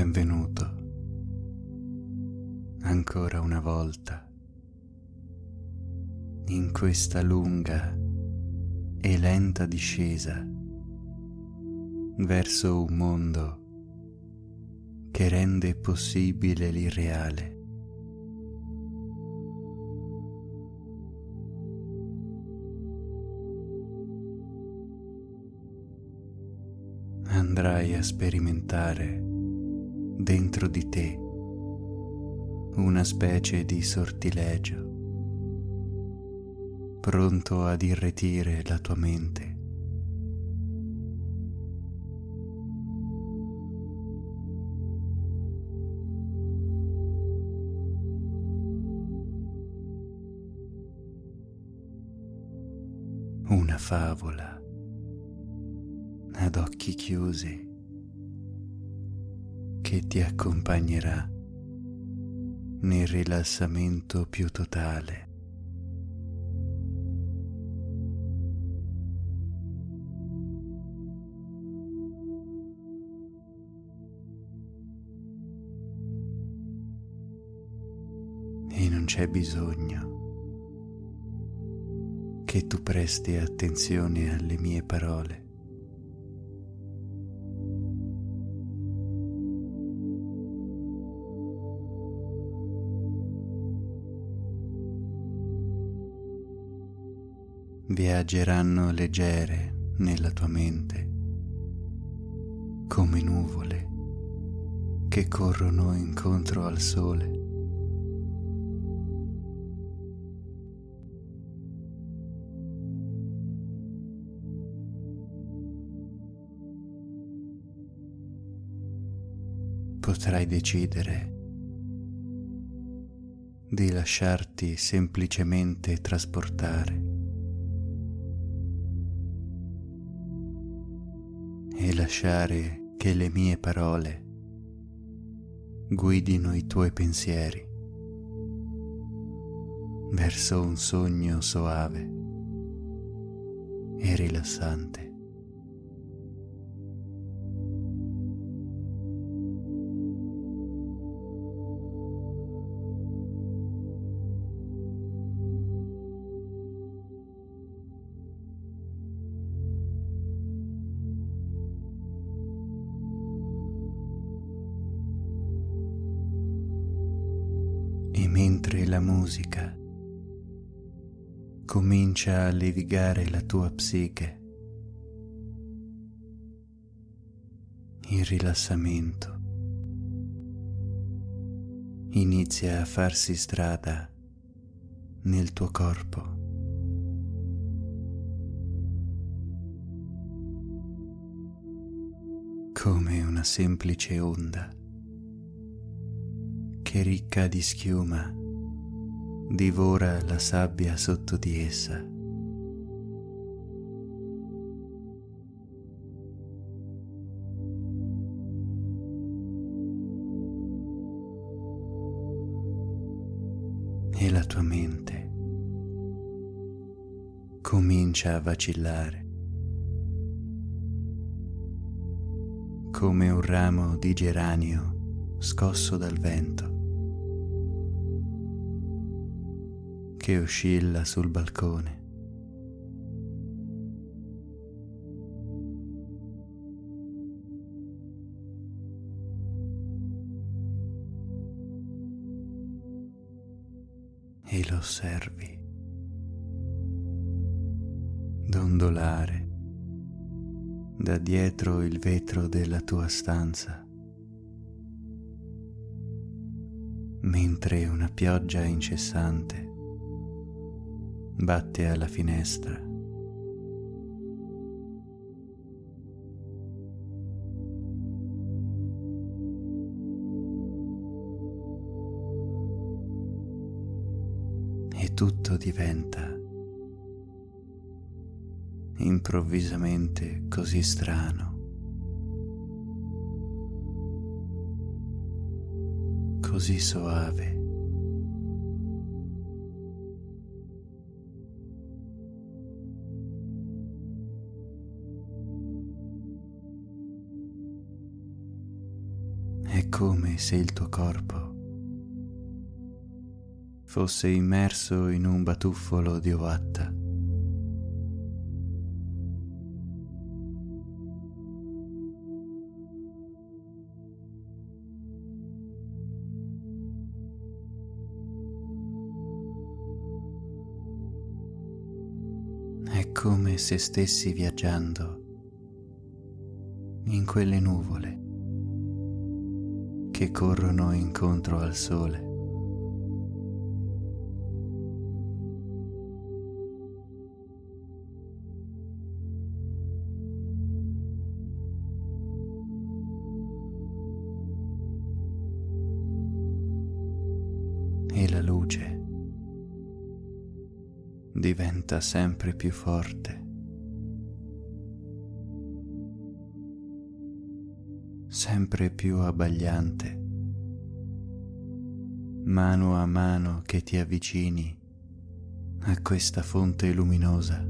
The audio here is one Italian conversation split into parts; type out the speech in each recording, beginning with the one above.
Benvenuto ancora una volta in questa lunga e lenta discesa verso un mondo che rende possibile l'irreale. Andrai a sperimentare dentro di te una specie di sortilegio pronto ad irretire la tua mente. Una favola ad occhi chiusi che ti accompagnerà nel rilassamento più totale. E non c'è bisogno che tu presti attenzione alle mie parole. Viaggeranno leggere nella tua mente come nuvole che corrono incontro al sole. Potrai decidere di lasciarti semplicemente trasportare e lasciare che le mie parole guidino i tuoi pensieri verso un sogno soave e rilassante. E mentre la musica comincia a levigare la tua psiche, il rilassamento inizia a farsi strada nel tuo corpo. Come una semplice onda che ricca di schiuma divora la sabbia sotto di essa. E la tua mente comincia a vacillare come un ramo di geranio scosso dal vento che oscilla sul balcone. E lo osservi dondolare da dietro il vetro della tua stanza, mentre una pioggia incessante batte alla finestra. E tutto diventa improvvisamente così strano, così soave. come se il tuo corpo fosse immerso in un batuffolo di ovatta. È come se stessi viaggiando in quelle nuvole che corrono incontro al sole. E la luce diventa sempre più forte, sempre più abbagliante, mano a mano che ti avvicini a questa fonte luminosa.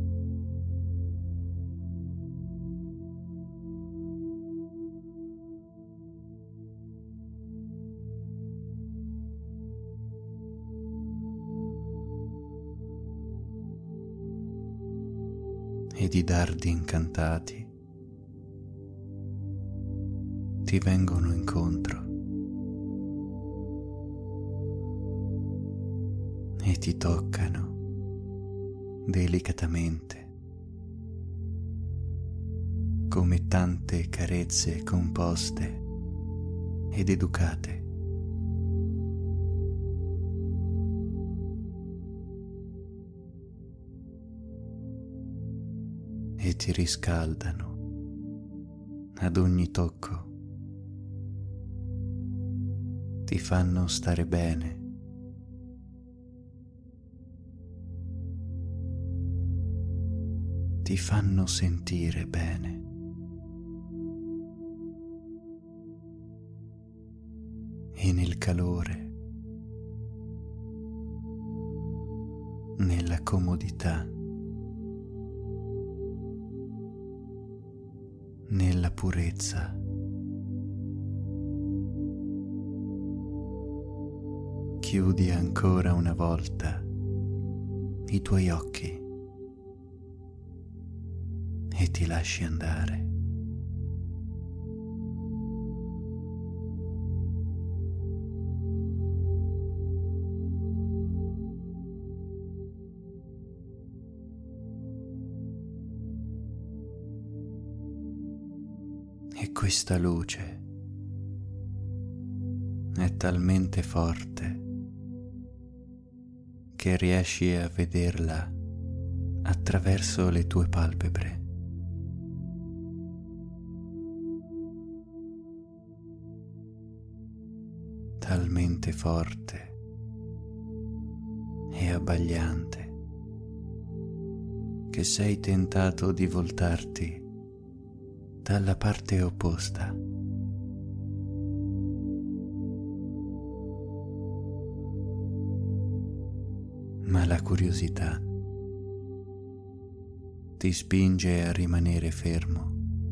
Ed i dardi incantati ti vengono incontro e ti toccano delicatamente come tante carezze composte ed educate. E ti riscaldano ad ogni tocco, ti fanno stare bene, ti fanno sentire bene. E nel calore, nella comodità, nella purezza, chiudi ancora una volta i tuoi occhi e ti lasci andare. E questa luce è talmente forte che riesci a vederla attraverso le tue palpebre. Talmente forte e abbagliante che sei tentato di voltarti dalla parte opposta. Ma la curiosità ti spinge a rimanere fermo.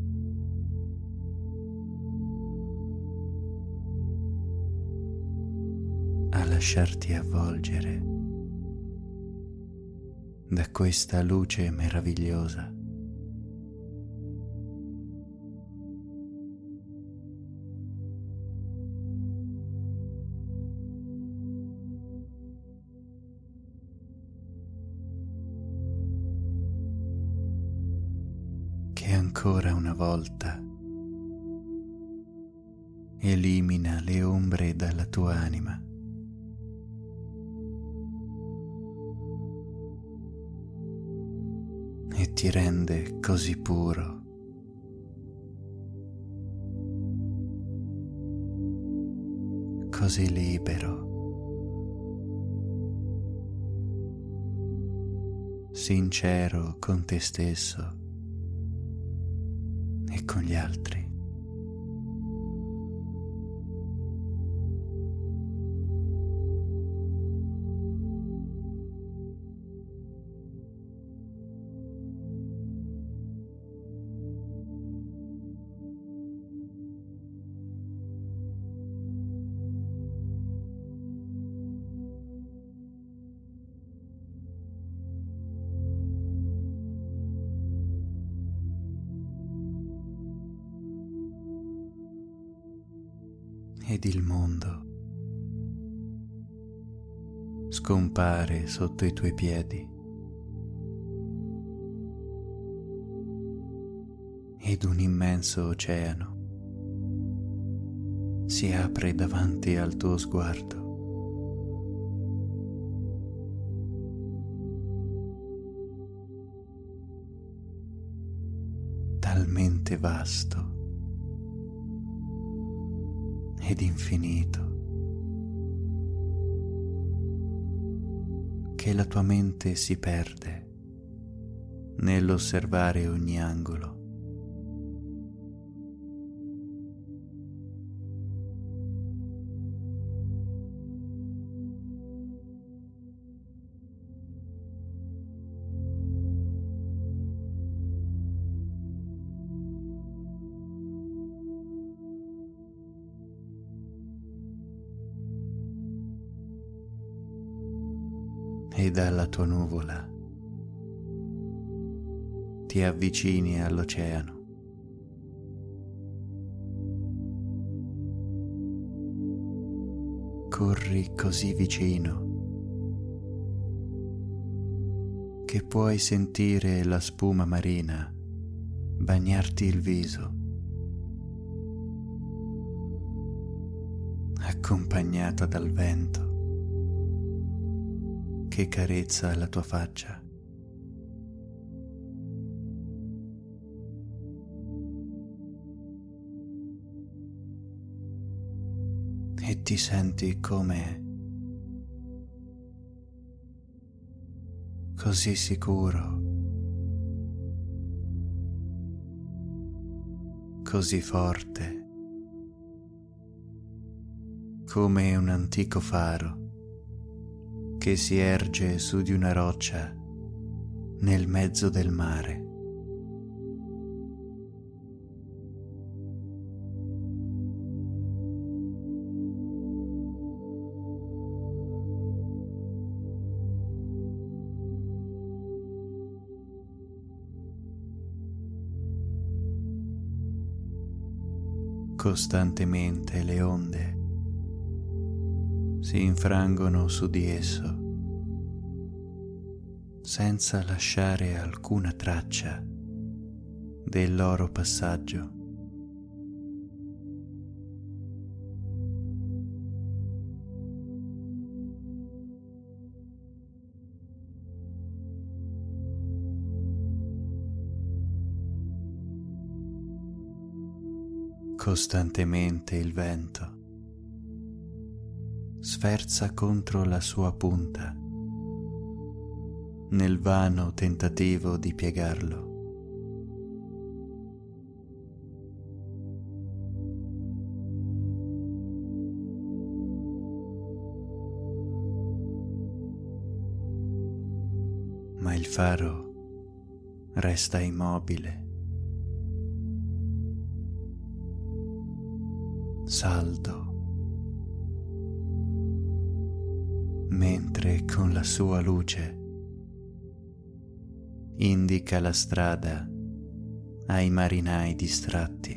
A lasciarti avvolgere da questa luce meravigliosa. Che ancora una volta elimina le ombre dalla tua anima. E ti rende così puro, così libero, sincero con te stesso e con gli altri. ed il mondo scompare sotto i tuoi piedi ed un immenso oceano si apre davanti al tuo sguardo. Talmente vasto ed infinito che la tua mente si perde nell'osservare ogni angolo. E dalla tua nuvola ti avvicini all'oceano. Corri così vicino che puoi sentire la spuma marina bagnarti il viso, accompagnata dal vento che carezza la tua faccia. E ti senti come così sicuro, così forte, come un antico faro che si erge su di una roccia nel mezzo del mare. Costantemente le onde si infrangono su di esso senza lasciare alcuna traccia del loro passaggio. Costantemente il vento sferza contro la sua punta nel vano tentativo di piegarlo. Ma il faro resta immobile, saldo, mentre con la sua luce indica la strada ai marinai distratti.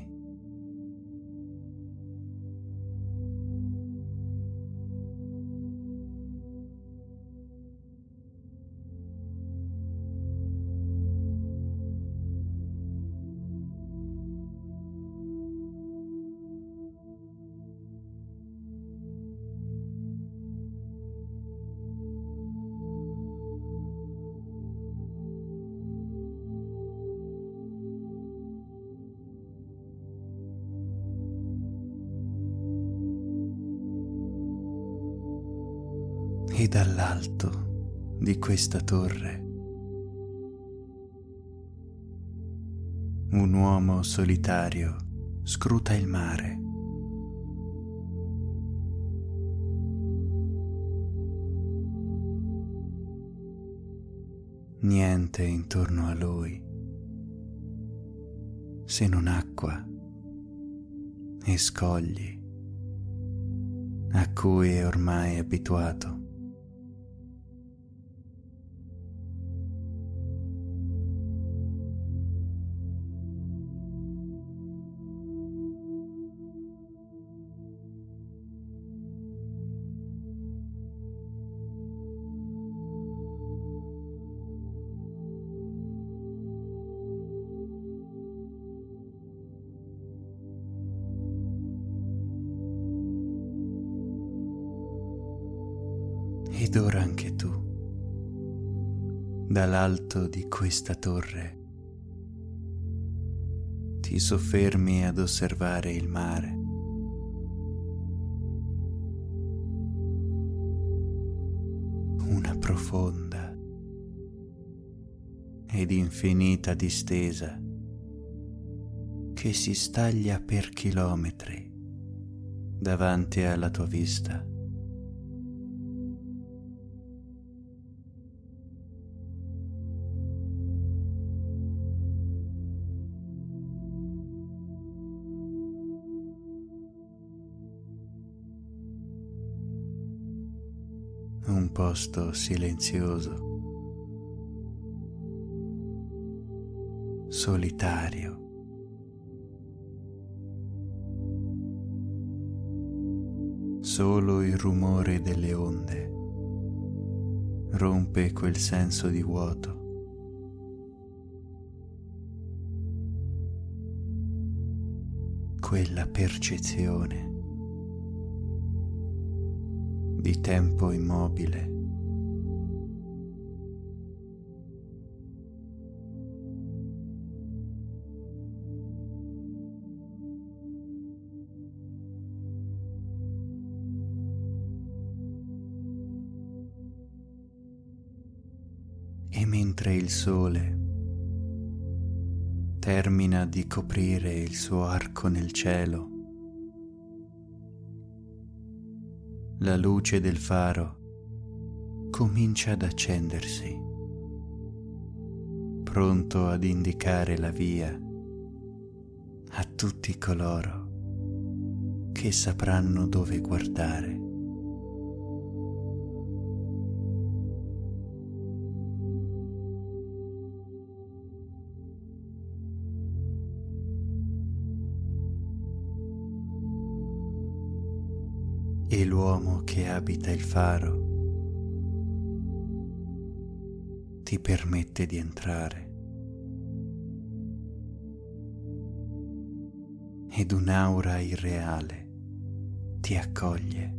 E dall'alto di questa torre un uomo solitario scruta il mare. Niente intorno a lui se non acqua e scogli a cui è ormai abituato. Ed ora anche tu, dall'alto di questa torre, ti soffermi ad osservare il mare. Una profonda ed infinita distesa che si staglia per chilometri davanti alla tua vista. Un posto silenzioso, solitario, solo il rumore delle onde rompe quel senso di vuoto. Quella percezione di tempo immobile. E mentre il sole termina di coprire il suo arco nel cielo, la luce del faro comincia ad accendersi, pronto ad indicare la via a tutti coloro che sapranno dove guardare. E l'uomo che abita il faro ti permette di entrare ed un'aura irreale ti accoglie.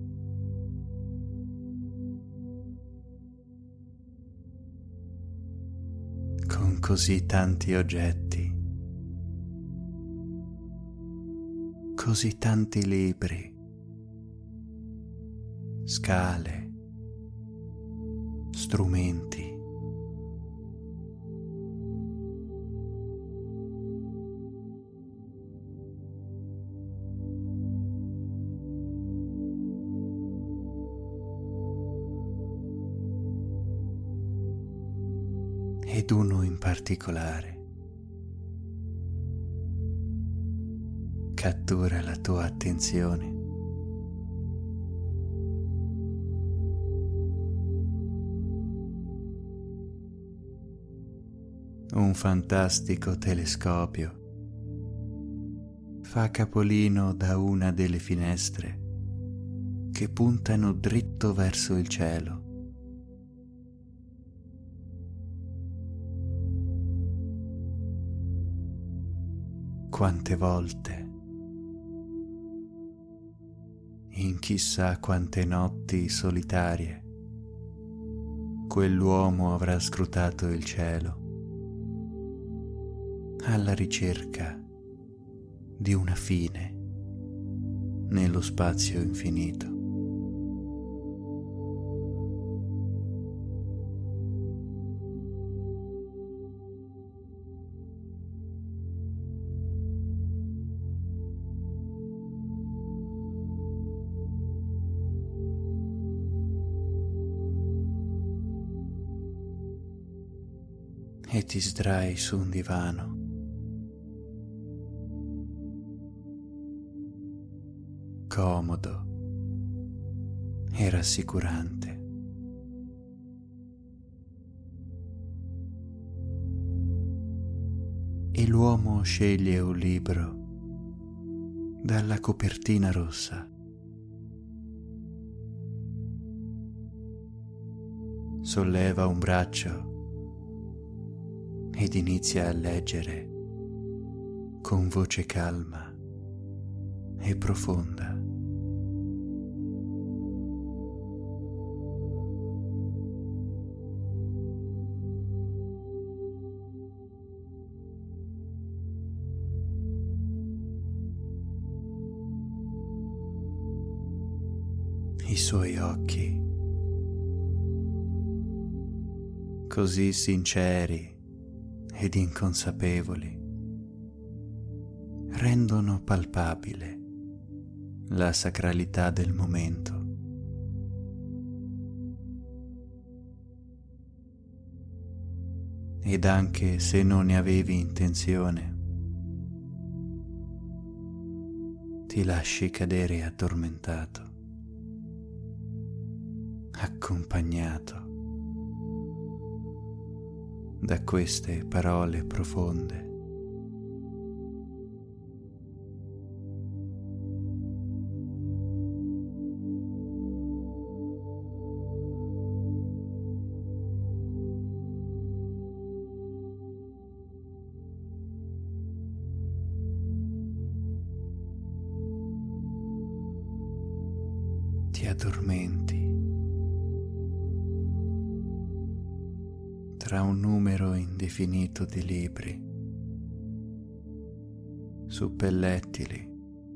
Con così tanti oggetti, così tanti libri, scale, strumenti. Ed uno in particolare cattura la tua attenzione. Un fantastico telescopio fa capolino da una delle finestre che puntano dritto verso il cielo. Quante volte, in chissà quante notti solitarie, quell'uomo avrà scrutato il cielo alla ricerca di una fine nello spazio infinito. E ti sdrai su un divano, comodo e rassicurante. E l'uomo sceglie un libro dalla copertina rossa. Solleva un braccio ed inizia a leggere con voce calma e profonda. i suoi occhi, così sinceri ed inconsapevoli, rendono palpabile la sacralità del momento. Ed anche se non ne avevi intenzione, ti lasci cadere addormentato, accompagnato da queste parole profonde. Ti addormenti tra un numero indefinito di libri, suppellettili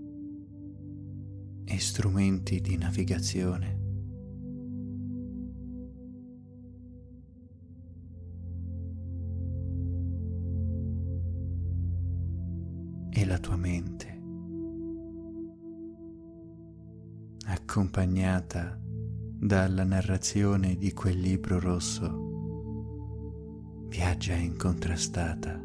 e strumenti di navigazione. E la tua mente, accompagnata dalla narrazione di quel libro rosso, viaggia incontrastata.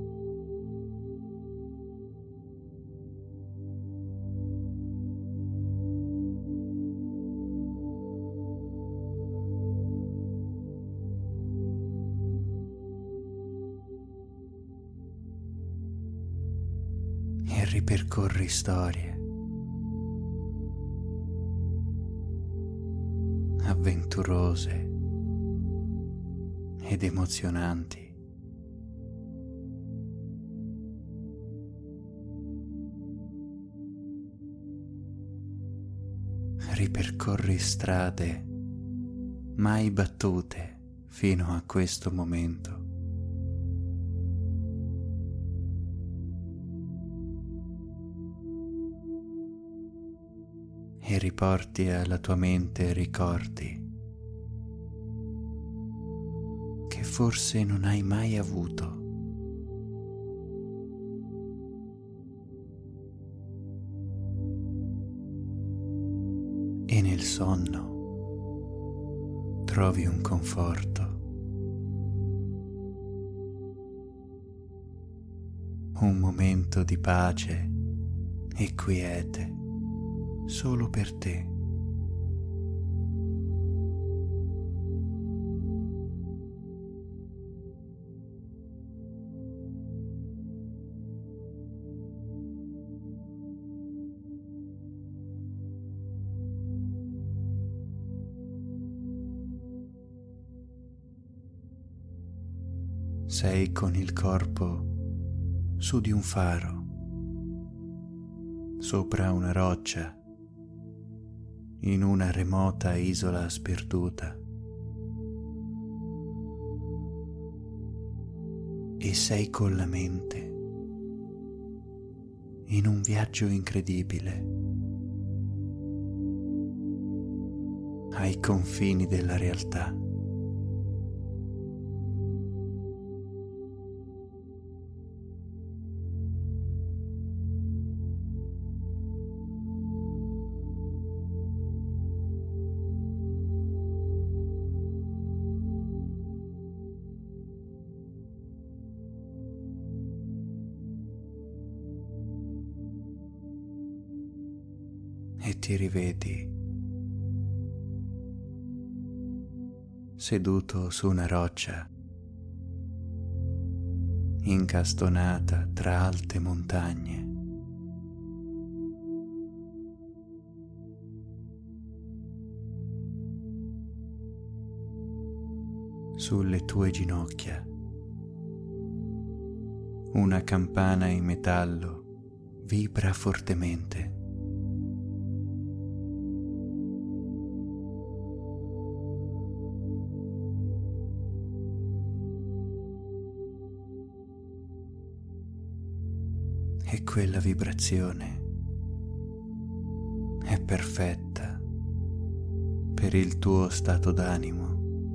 E ripercorri storie, avventurose ed emozionanti. Ripercorri strade mai battute fino a questo momento. E riporti alla tua mente ricordi che forse non hai mai avuto. E nel sonno trovi un conforto, un momento di pace e quiete solo per te. Sei con il corpo su di un faro, sopra una roccia, in una remota isola sperduta, e sei con la mente in un viaggio incredibile ai confini della realtà. E ti rivedi seduto su una roccia, incastonata tra alte montagne. Sulle tue ginocchia una campana in metallo vibra fortemente. E quella vibrazione è perfetta per il tuo stato d'animo.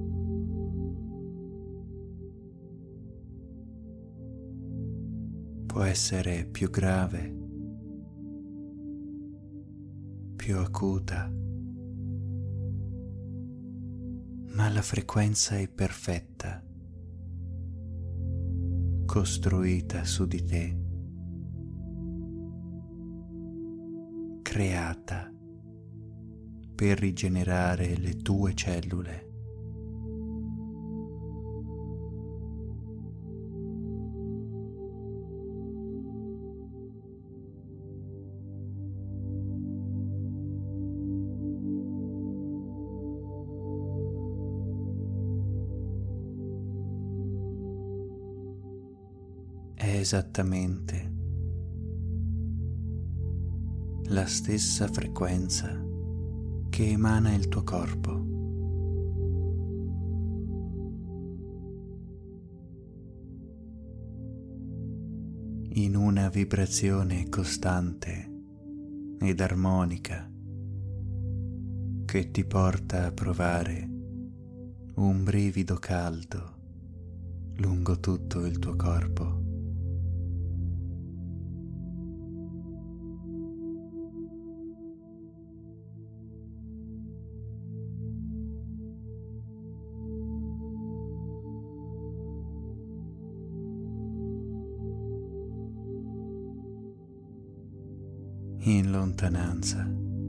Può essere più grave, più acuta, ma la frequenza è perfetta, costruita su di te, creata per rigenerare le tue cellule. È esattamente la stessa frequenza che emana il tuo corpo. In una vibrazione costante ed armonica che ti porta a provare un brivido caldo lungo tutto il tuo corpo. In lontananza,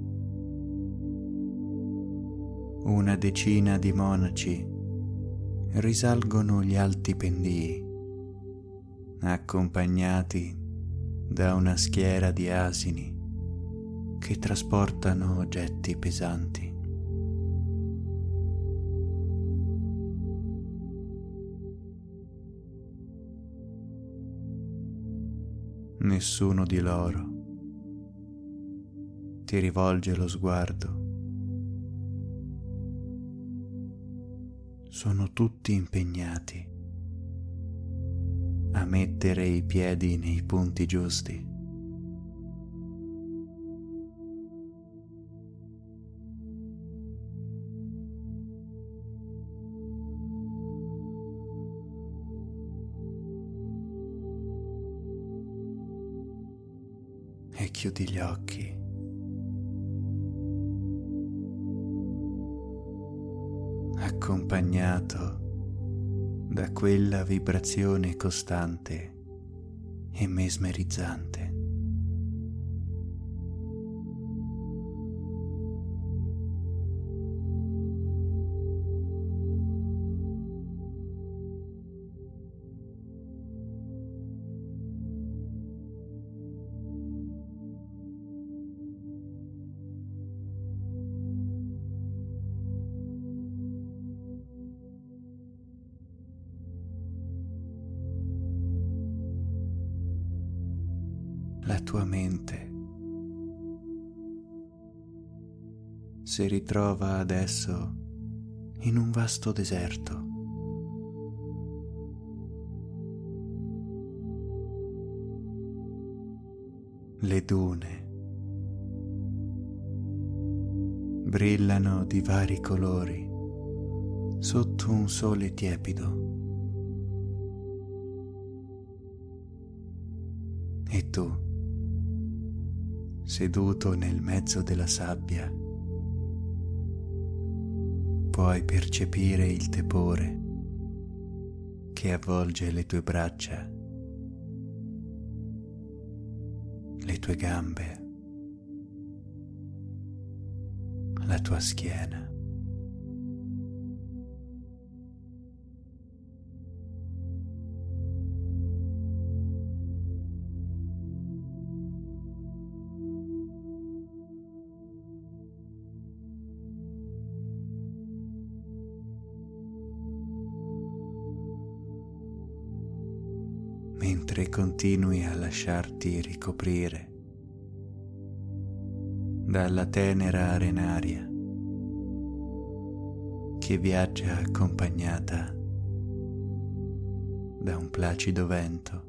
una decina di monaci risalgono gli alti pendii, accompagnati da una schiera di asini che trasportano oggetti pesanti. Nessuno di loro ti rivolge lo sguardo. Sono tutti impegnati a mettere i piedi nei punti giusti. E chiudi gli occhi. Accompagnato da quella vibrazione costante e mesmerizzante. La tua mente si ritrova adesso in un vasto deserto. Le dune brillano di vari colori sotto un sole tiepido. E tu, seduto nel mezzo della sabbia, puoi percepire il tepore che avvolge le tue braccia, le tue gambe, la tua schiena. Mentre continui a lasciarti ricoprire dalla tenera arenaria che viaggia accompagnata da un placido vento.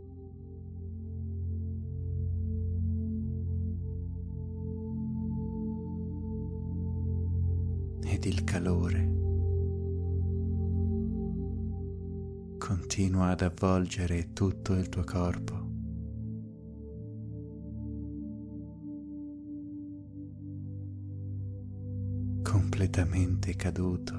E ed il calore continua ad avvolgere tutto il tuo corpo. Completamente caduto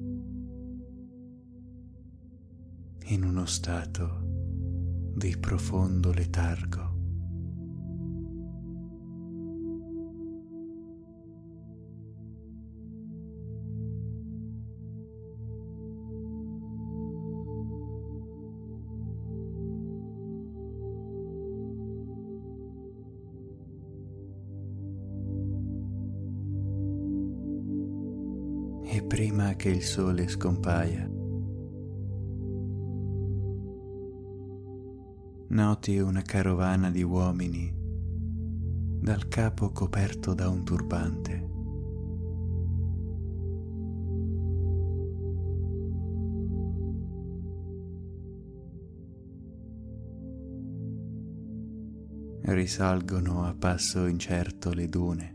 in uno stato di profondo letargo. E prima che il sole scompaia, noti una carovana di uomini dal capo coperto da un turbante. Risalgono a passo incerto le dune,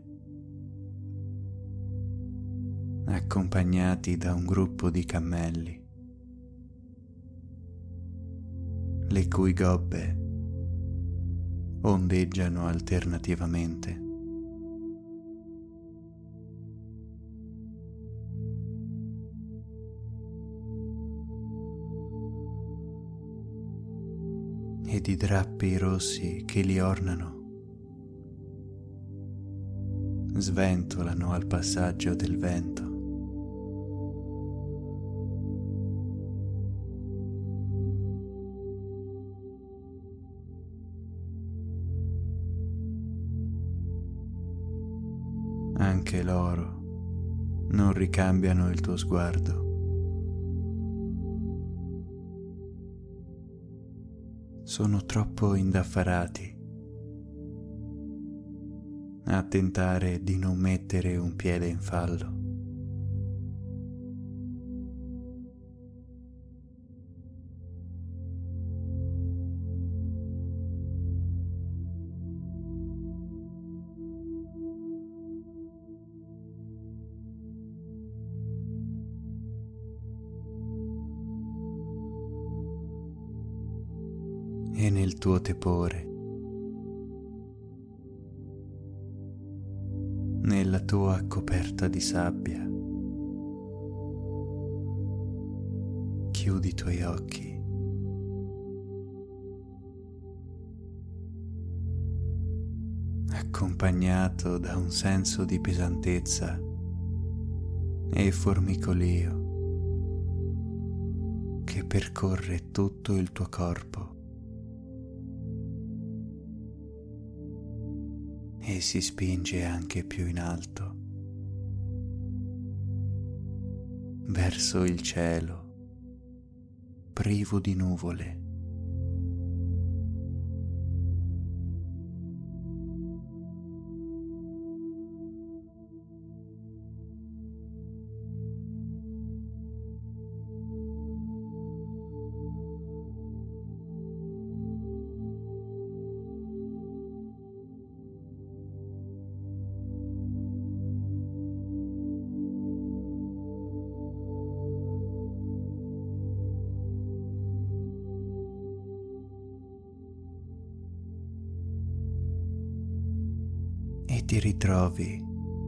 accompagnati da un gruppo di cammelli, le cui gobbe ondeggiano alternativamente. Ed i drappi rossi che li ornano sventolano al passaggio del vento. Anche loro non ricambiano il tuo sguardo. Sono troppo indaffarati a tentare di non mettere un piede in fallo. E nel tuo tepore, nella tua coperta di sabbia, chiudi i tuoi occhi accompagnato da un senso di pesantezza e formicolio che percorre tutto il tuo corpo e si spinge anche più in alto, verso il cielo, privo di nuvole. E ti ritrovi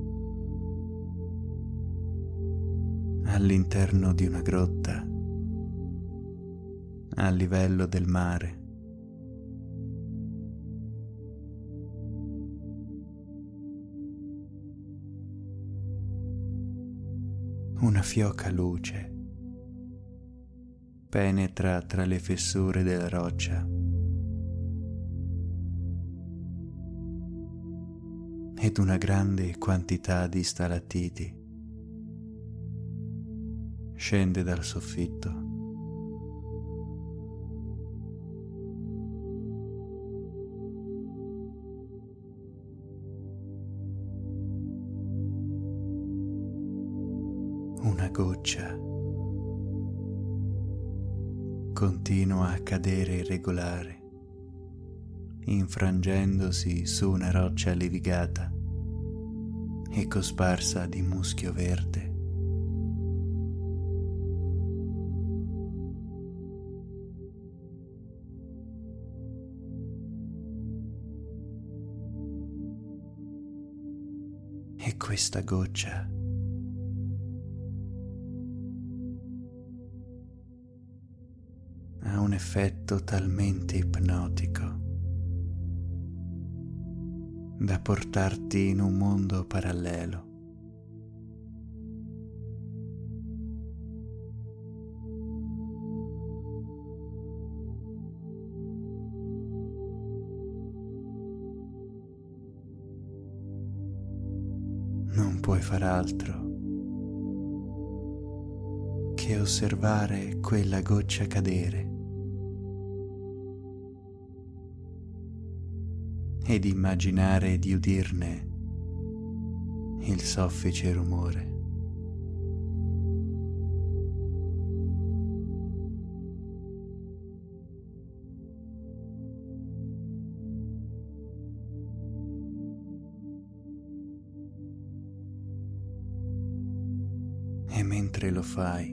all'interno di una grotta a livello del mare. Una fioca luce penetra tra le fessure della roccia ed una grande quantità di stalattiti scende dal soffitto. Una goccia continua a cadere irregolare, infrangendosi su una roccia levigata e cosparsa di muschio verde. E questa goccia ha un effetto talmente ipnotico da portarti in un mondo parallelo. Non puoi far altro che osservare quella goccia cadere ed immaginare di udirne il soffice rumore. E mentre lo fai,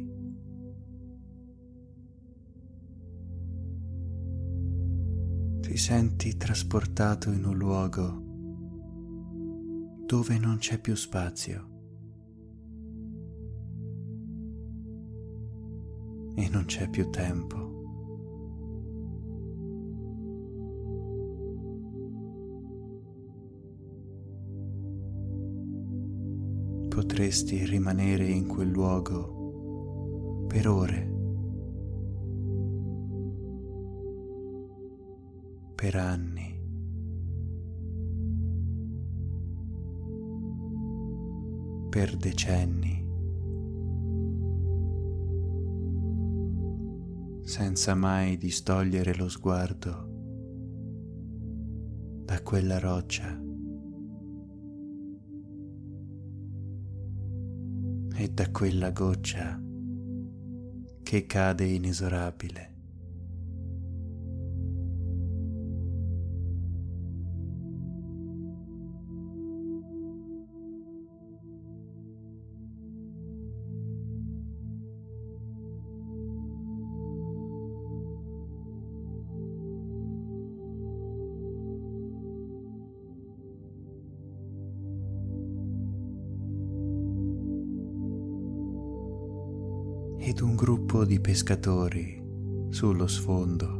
ti senti trasportato in un luogo dove non c'è più spazio e non c'è più tempo. Potresti rimanere in quel luogo per ore, per anni, per decenni, senza mai distogliere lo sguardo da quella roccia e da quella goccia che cade inesorabile. Ed un gruppo di pescatori sullo sfondo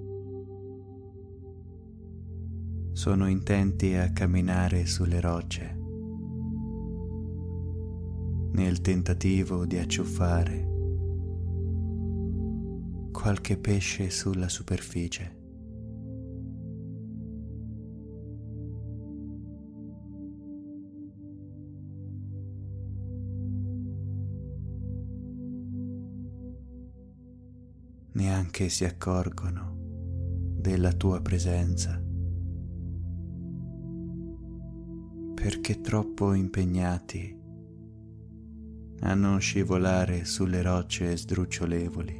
sono intenti a camminare sulle rocce nel tentativo di acciuffare qualche pesce sulla superficie. Neanche si accorgono della tua presenza, perché troppo impegnati a non scivolare sulle rocce sdrucciolevoli.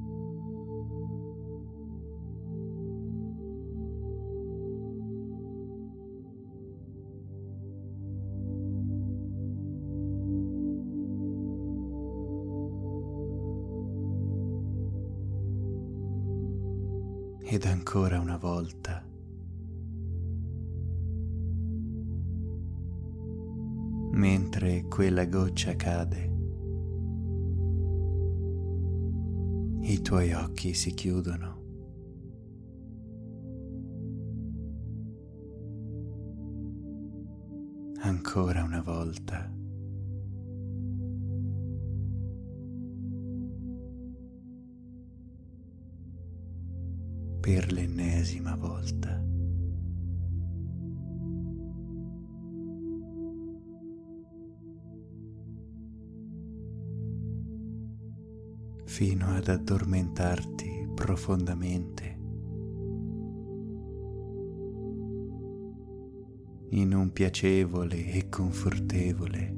Ed ancora una volta, mentre quella goccia cade, i tuoi occhi si chiudono. Ancora una volta. Per l'ennesima volta. Fino ad addormentarti profondamente in un piacevole e confortevole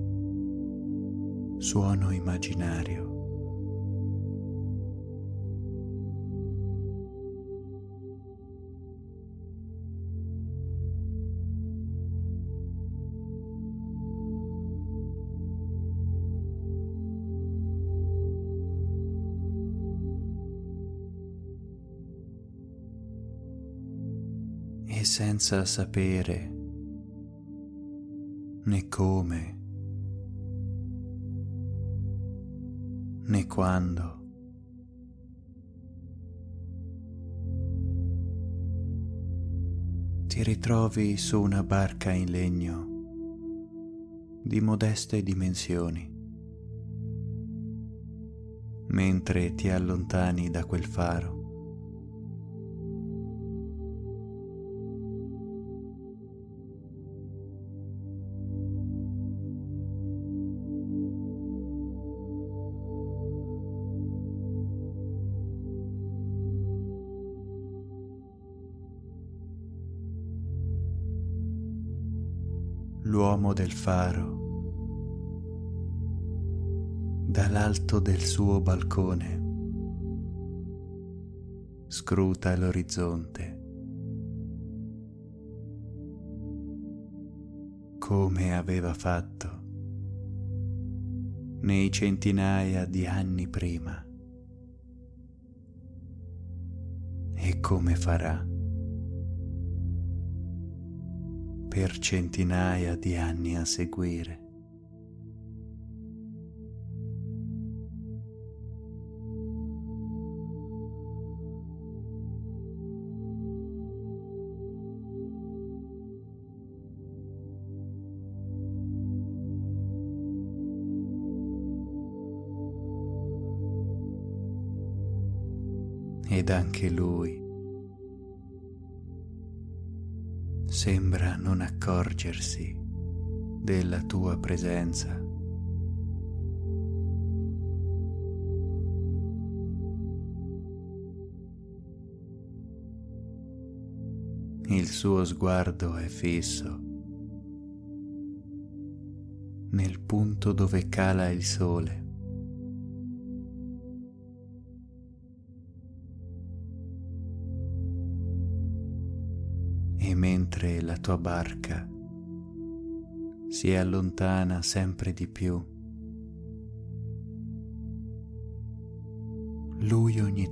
suono immaginario. E senza sapere né come, né quando. Ti ritrovi su una barca in legno di modeste dimensioni, mentre ti allontani da quel faro. L'uomo del faro, dall'alto del suo balcone, scruta l'orizzonte, come aveva fatto nei centinaia di anni prima e come farà per centinaia di anni a seguire. Ed anche lui sembra non accorgersi della tua presenza. Il suo sguardo è fisso nel punto dove cala il sole. E mentre la tua barca si allontana sempre di più, lui ogni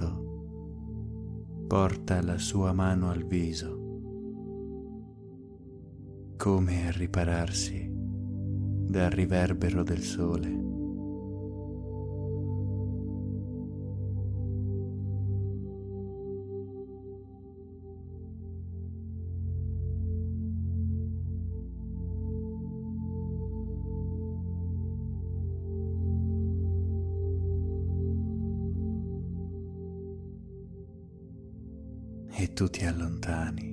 tanto porta la sua mano al viso, come a ripararsi dal riverbero del sole. E tu ti allontani.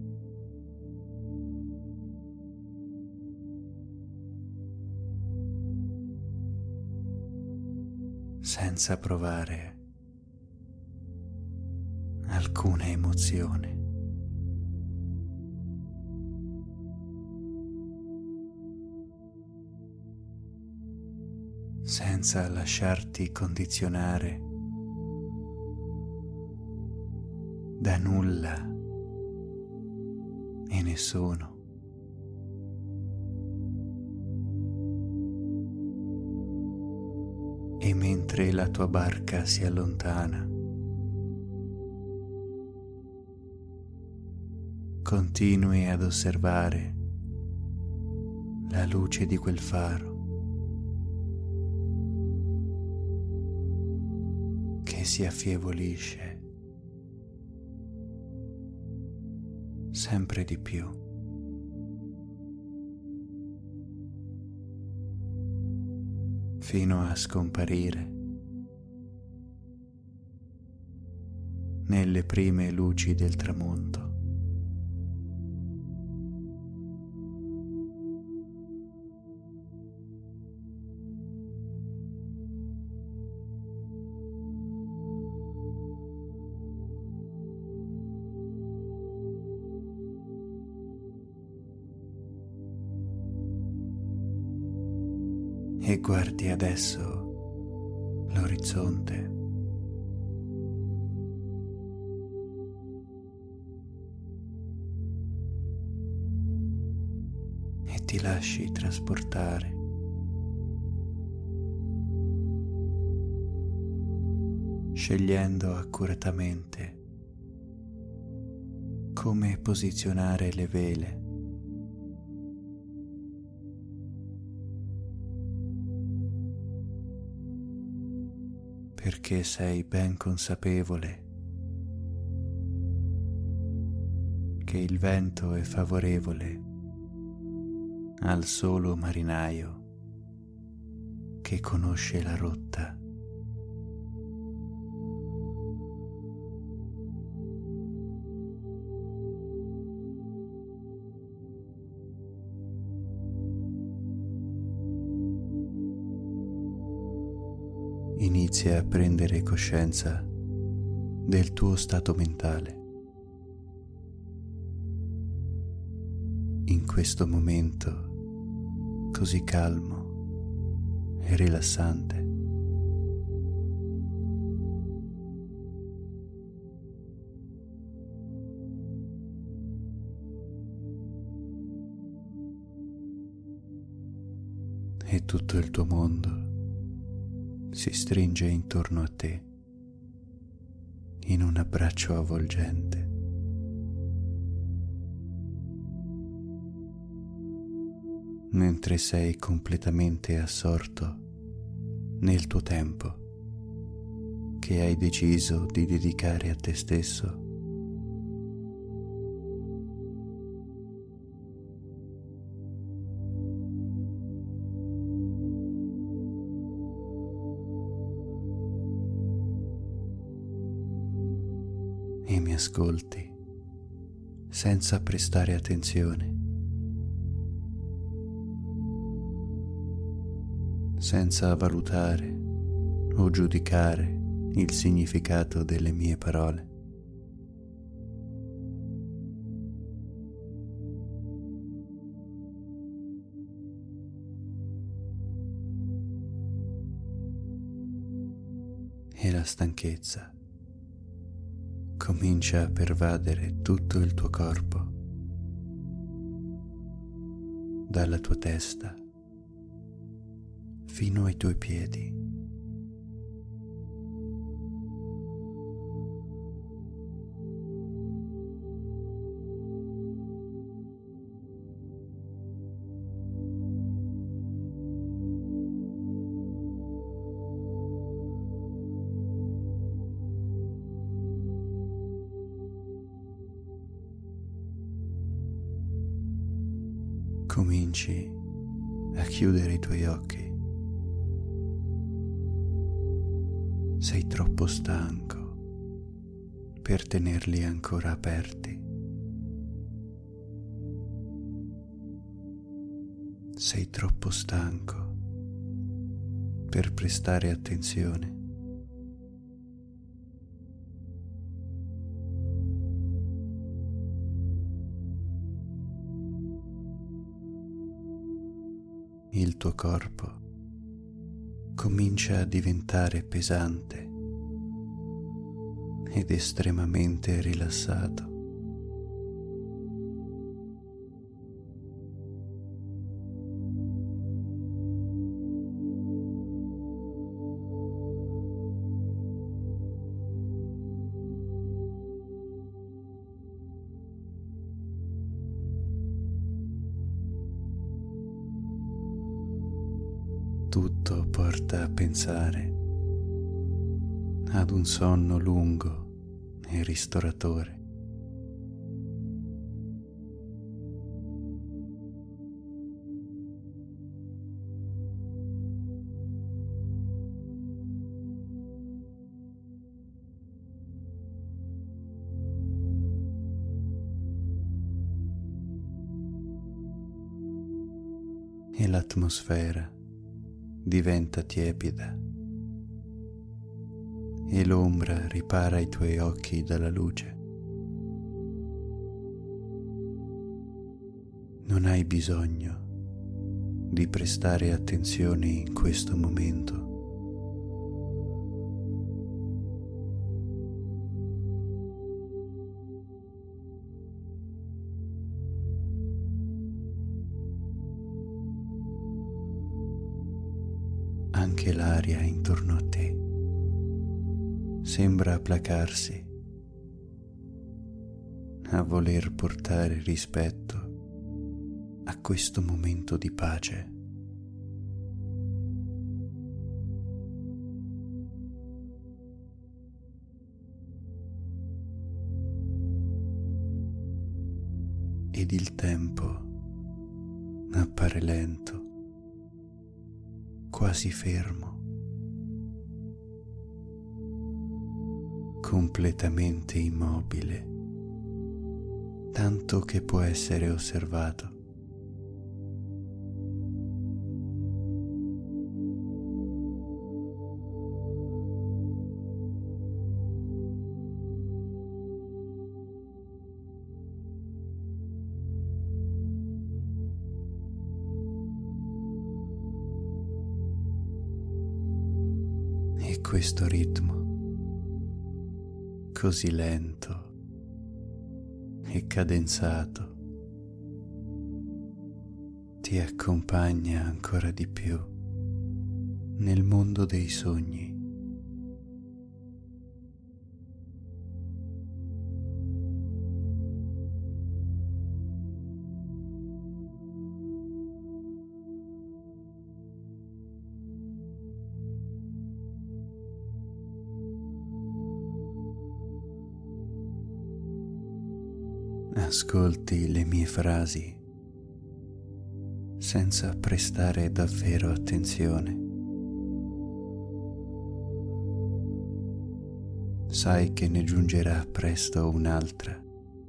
Senza provare alcuna emozione. Senza lasciarti condizionare da nulla e nessuno. E mentre la tua barca si allontana, continui ad osservare la luce di quel faro che si affievolisce sempre di più. Fino a scomparire nelle prime luci del tramonto. E guardi adesso l'orizzonte. E ti lasci trasportare. Scegliendo accuratamente come posizionare le vele perché sei ben consapevole che il vento è favorevole al solo marinaio che conosce la rotta. Inizia a prendere coscienza del tuo stato mentale. In questo momento così calmo e rilassante. E tutto il tuo mondo si stringe intorno a te in un abbraccio avvolgente. Mentre sei completamente assorto nel tuo tempo che hai deciso di dedicare a te stesso. E mi ascolti senza prestare attenzione, senza valutare o giudicare il significato delle mie parole. E la stanchezza comincia a pervadere tutto il tuo corpo, dalla tua testa fino ai tuoi piedi. Cominci a chiudere i tuoi occhi. Sei troppo stanco per tenerli ancora aperti. Sei troppo stanco per prestare attenzione. Il tuo corpo comincia a diventare pesante ed estremamente rilassato. Tutto porta a pensare ad un sonno lungo e ristoratore. E l'atmosfera diventa tiepida e l'ombra ripara i tuoi occhi dalla luce. Non hai bisogno di prestare attenzione in questo momento. Anche l'aria intorno a te sembra placarsi, a voler portare rispetto a questo momento di pace. ed il tempo appare lento, quasi fermo, completamente immobile, tanto che può essere osservato. E questo ritmo, così lento e cadenzato, ti accompagna ancora di più nel mondo dei sogni. Ascolti le mie frasi senza prestare davvero attenzione. Sai che ne giungerà presto un'altra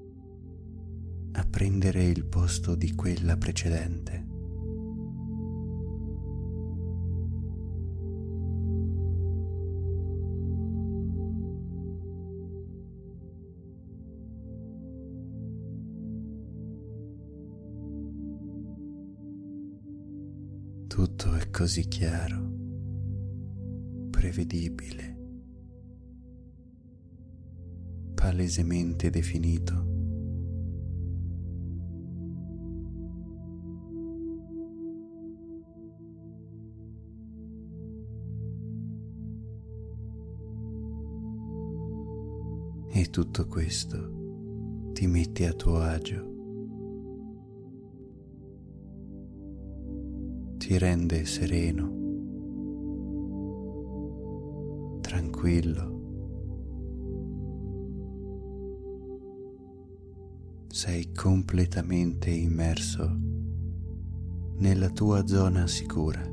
a prendere il posto di quella precedente. Tutto è così chiaro, prevedibile, palesemente definito. E tutto questo ti metti a tuo agio, ti rende sereno, tranquillo, sei completamente immerso nella tua zona sicura.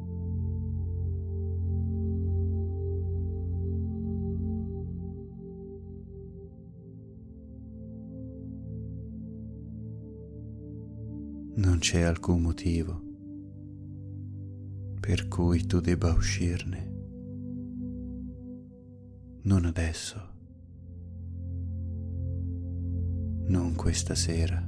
Non c'è alcun motivo per cui tu debba uscirne. Non adesso, non questa sera.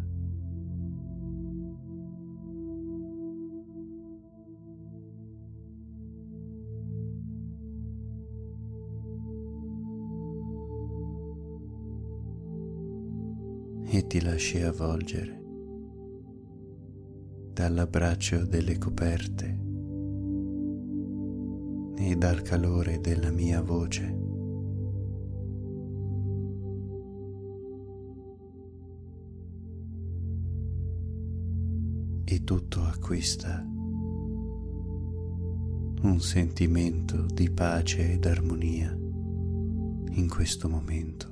E ti lasci avvolgere dall'abbraccio delle coperte e dal calore della mia voce. E tutto acquista un sentimento di pace ed armonia in questo momento.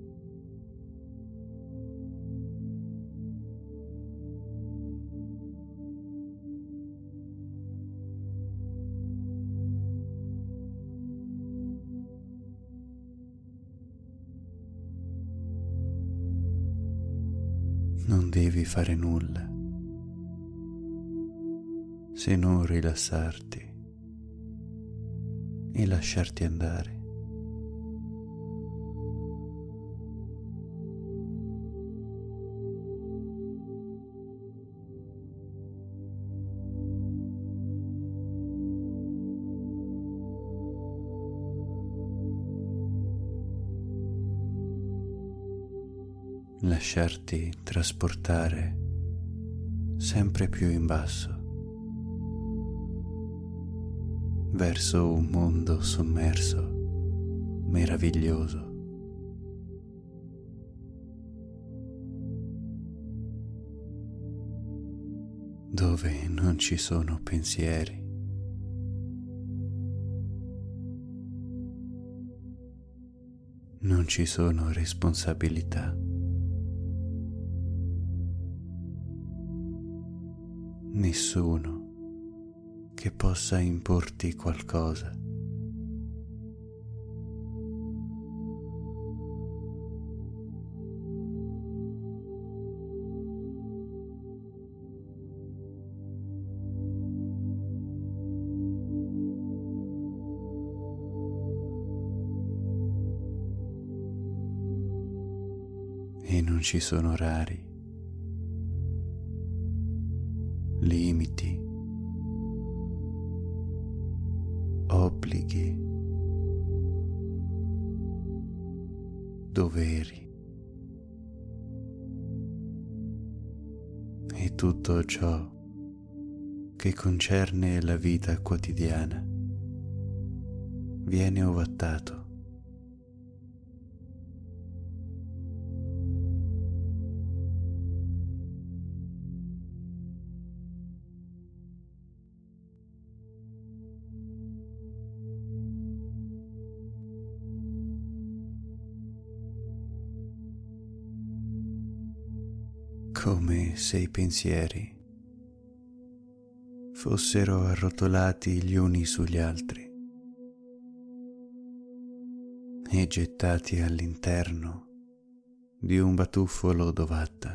Non devi fare nulla se non rilassarti e lasciarti andare. Lasciarti trasportare sempre più in basso verso un mondo sommerso, meraviglioso, dove non ci sono pensieri, non ci sono responsabilità. nessuno che possa importi qualcosa. E non ci sono orari, limiti, obblighi, doveri e tutto ciò che concerne la vita quotidiana viene ovattato. Come se i pensieri fossero arrotolati gli uni sugli altri e gettati all'interno di un batuffolo d'ovatta.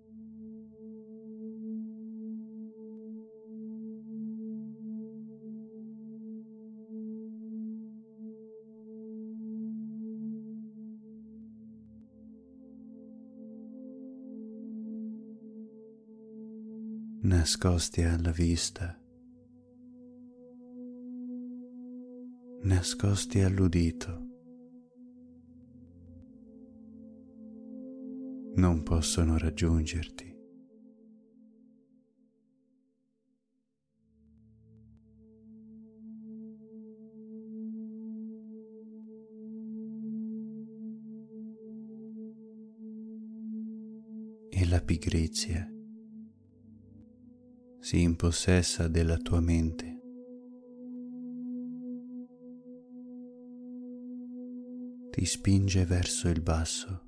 Nascosti alla vista, nascosti all'udito, non possono raggiungerti. E la pigrizia si impossessa della tua mente. Ti spinge verso il basso.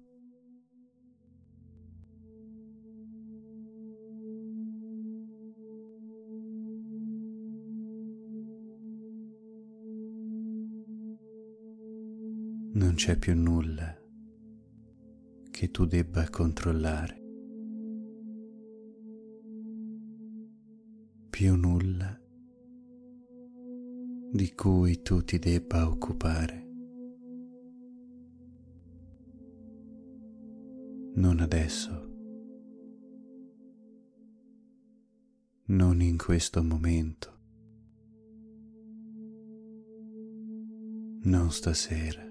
Non c'è più nulla che tu debba controllare. Più nulla di cui tu ti debba occupare. Non adesso, non in questo momento, non stasera.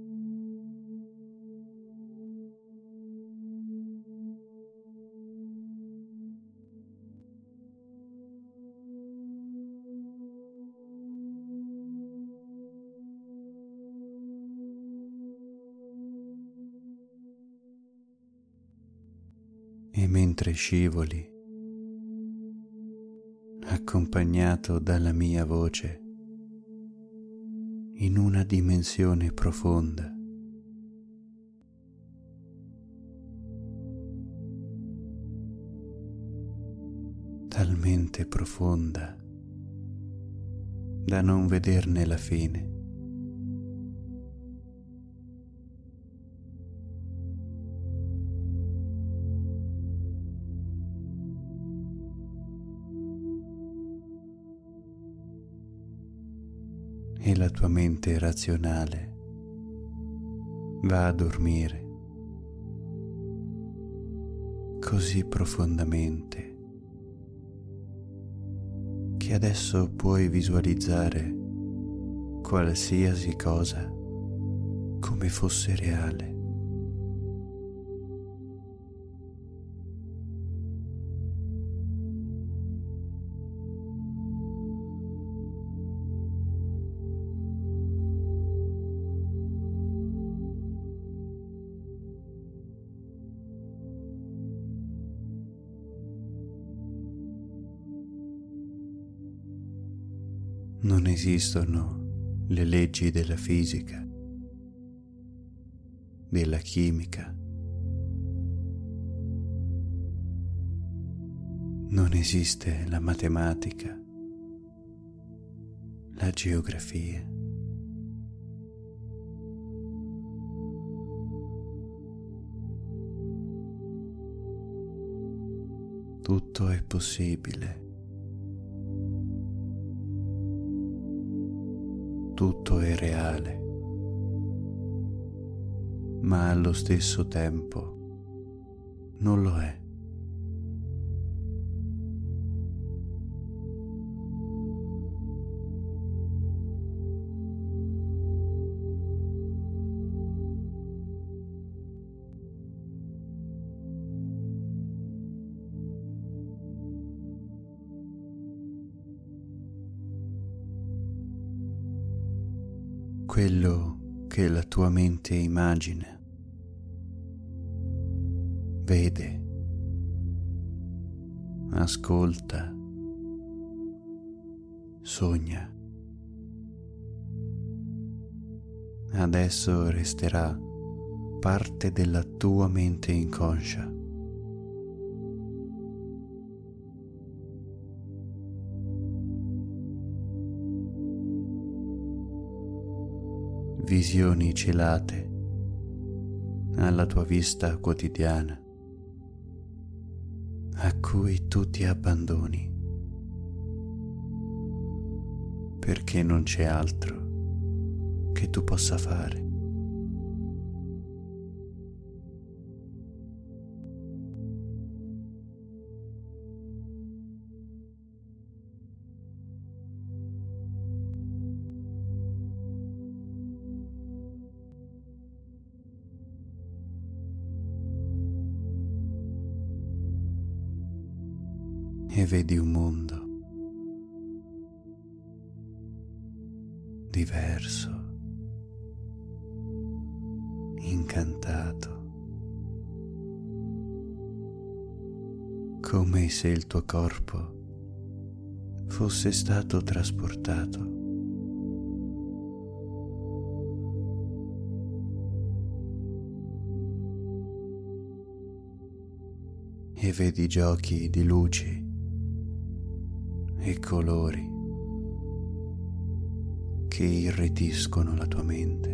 E mentre scivoli, accompagnato dalla mia voce, in una dimensione profonda, talmente profonda da non vederne la fine. E la tua mente razionale va a dormire così profondamente che adesso puoi visualizzare qualsiasi cosa come fosse reale. Non esistono le leggi della fisica, della chimica. Non esiste la matematica, la geografia. Tutto è possibile. Tutto è reale, ma allo stesso tempo non lo è. Quello che la tua mente immagina, vede, ascolta, sogna, adesso resterà parte della tua mente inconscia. Visioni celate alla tua vista quotidiana, a cui tu ti abbandoni, perché non c'è altro che tu possa fare. E vedi un mondo diverso, incantato, come se il tuo corpo fosse stato trasportato. E vedi giochi di luci e colori che irretiscono la tua mente.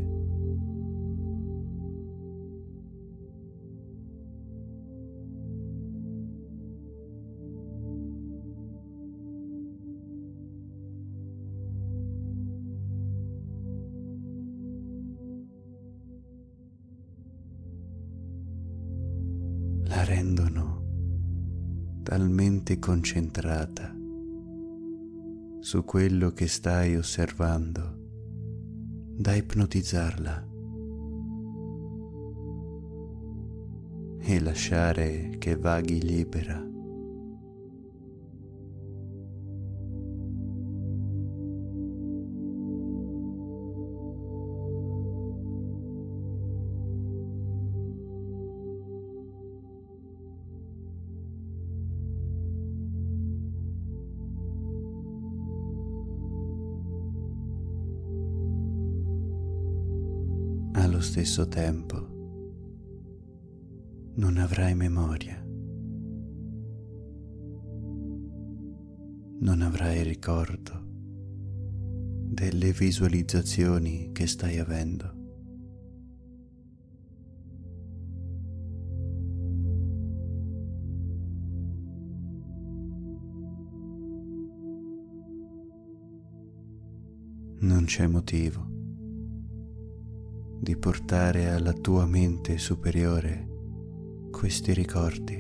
La rendono talmente concentrata su quello che stai osservando da ipnotizzarla e lasciare che vaghi libera. Allo stesso tempo non avrai memoria, non avrai ricordo delle visualizzazioni che stai avendo. Non c'è motivo di portare alla tua mente superiore questi ricordi.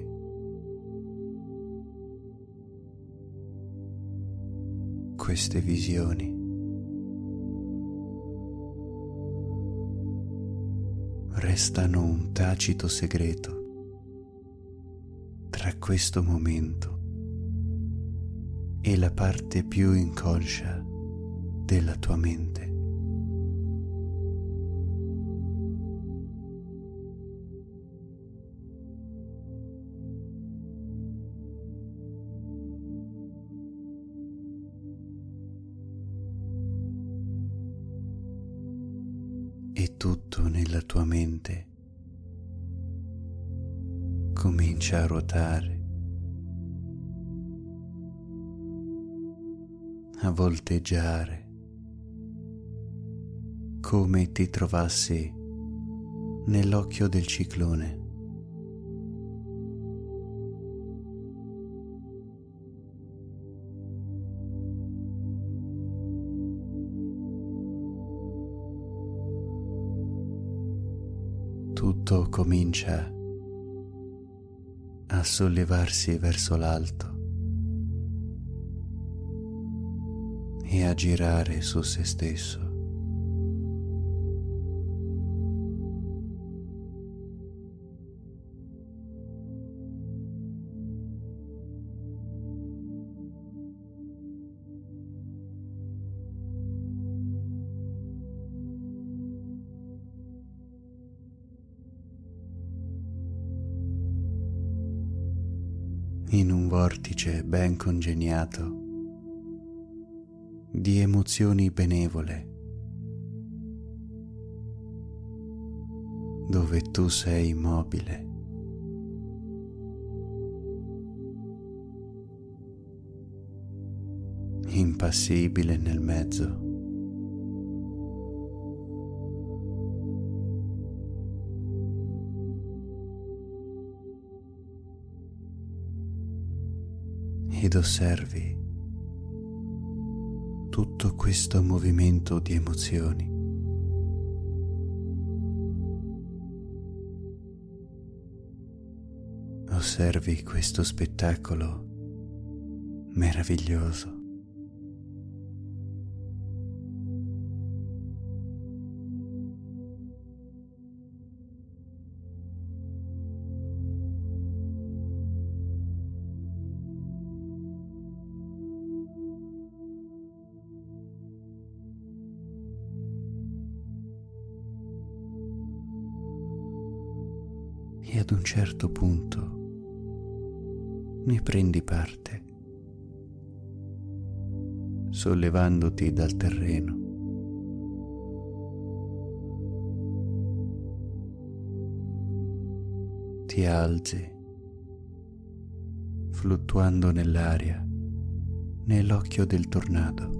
Queste visioni. Restano un tacito segreto tra questo momento e la parte più inconscia della tua mente. E tutto nella tua mente comincia a ruotare a volteggiare, come ti trovassi nell'occhio del ciclone. Tutto comincia a sollevarsi verso l'alto e a girare su se stesso. In un vortice ben congegnato di emozioni benevole, dove tu sei immobile, impassibile nel mezzo. Ed osservi tutto questo movimento di emozioni. Osservi questo spettacolo meraviglioso. E ad un certo punto ne prendi parte, sollevandoti dal terreno. Ti alzi, fluttuando nell'aria, nell'occhio del tornado.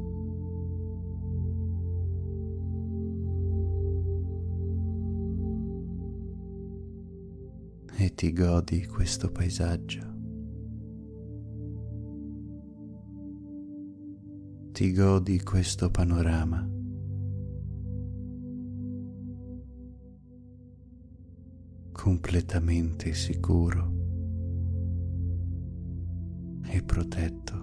E ti godi questo paesaggio. Ti godi questo panorama. Completamente sicuro e protetto.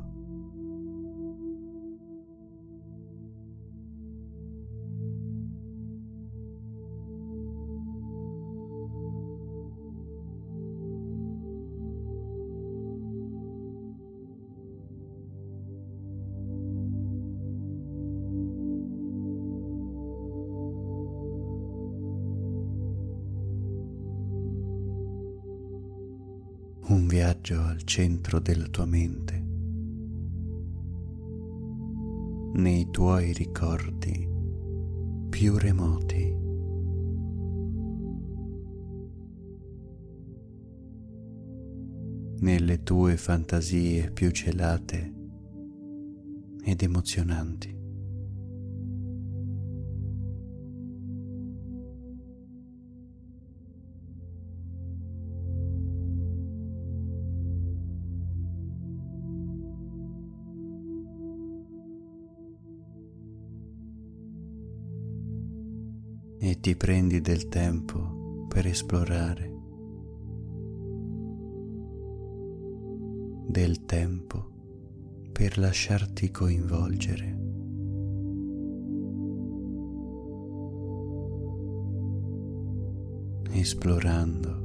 Un viaggio al centro della tua mente, nei tuoi ricordi più remoti. Nelle tue fantasie più celate ed emozionanti. E ti prendi del tempo per esplorare, del tempo per lasciarti coinvolgere. Esplorando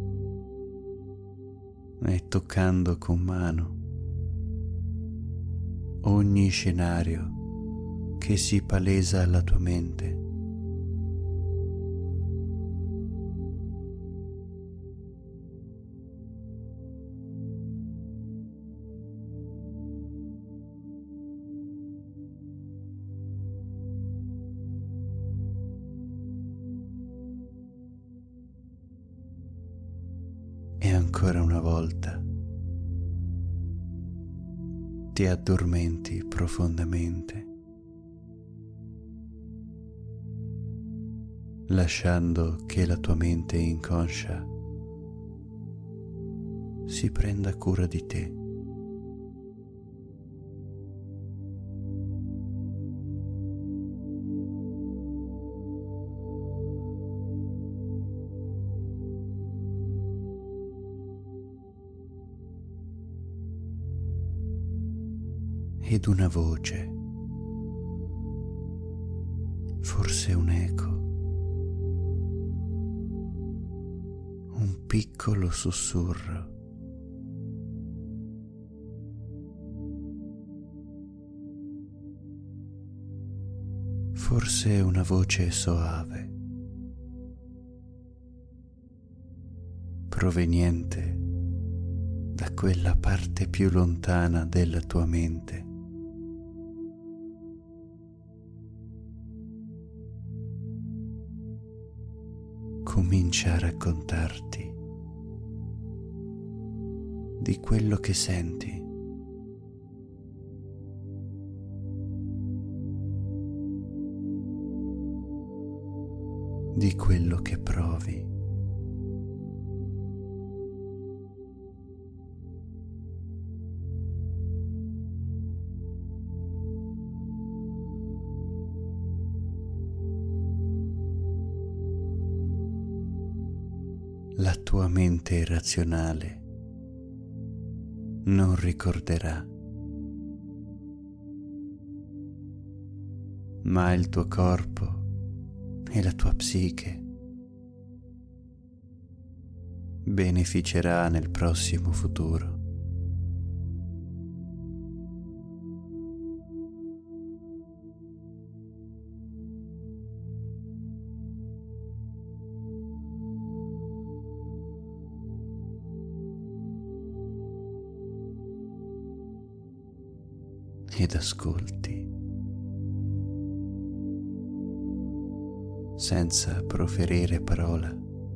e toccando con mano ogni scenario che si palesa alla tua mente. E ancora una volta ti addormenti profondamente, lasciando che la tua mente inconscia si prenda cura di te. Ed una voce, forse un eco, un piccolo sussurro, forse una voce soave, proveniente da quella parte più lontana della tua mente. Comincia a raccontarti di quello che senti, di quello che provi. La tua mente irrazionale non ricorderà, ma il tuo corpo e la tua psiche beneficerà nel prossimo futuro. Ed ascolti senza proferire parola.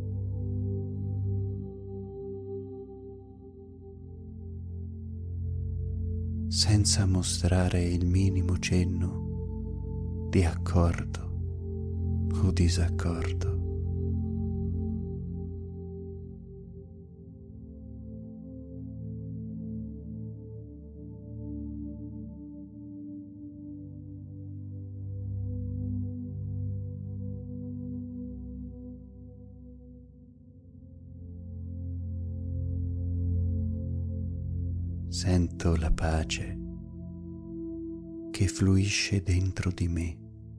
Senza mostrare il minimo cenno di accordo o disaccordo. Sento la pace che fluisce dentro di me.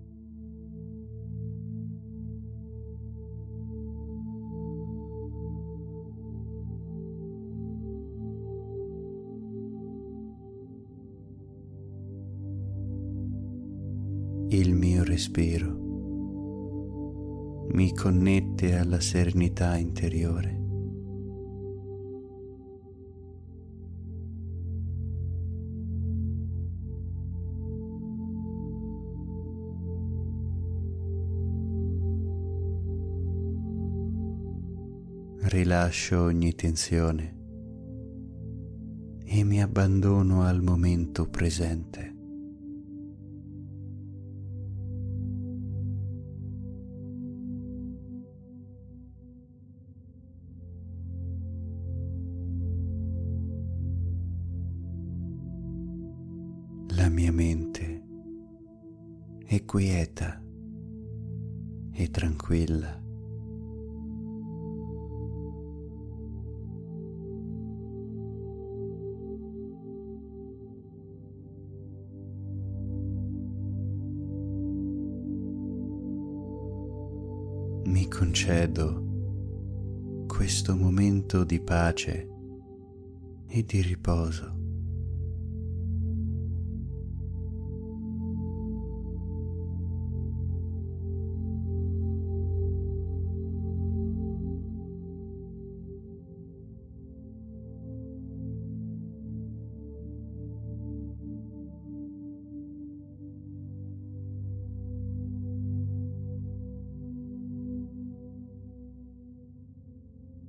Il mio respiro mi connette alla serenità interiore. Rilascio ogni tensione e mi abbandono al momento presente. La mia mente è quieta e tranquilla. Mi concedo questo momento di pace e di riposo.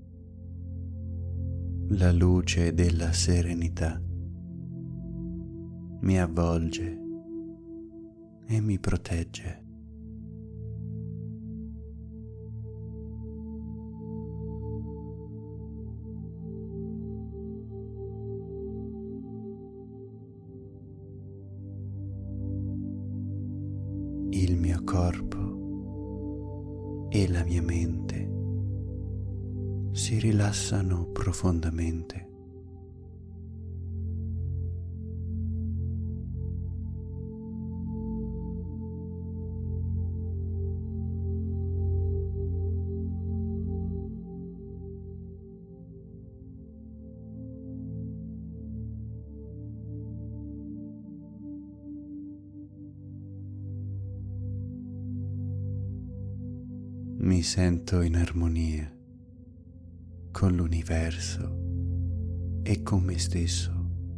La luce della serenità mi avvolge e mi protegge. Il mio corpo e la mia mente si rilassano profondamente. Mi sento in armonia con l'universo e con me stesso.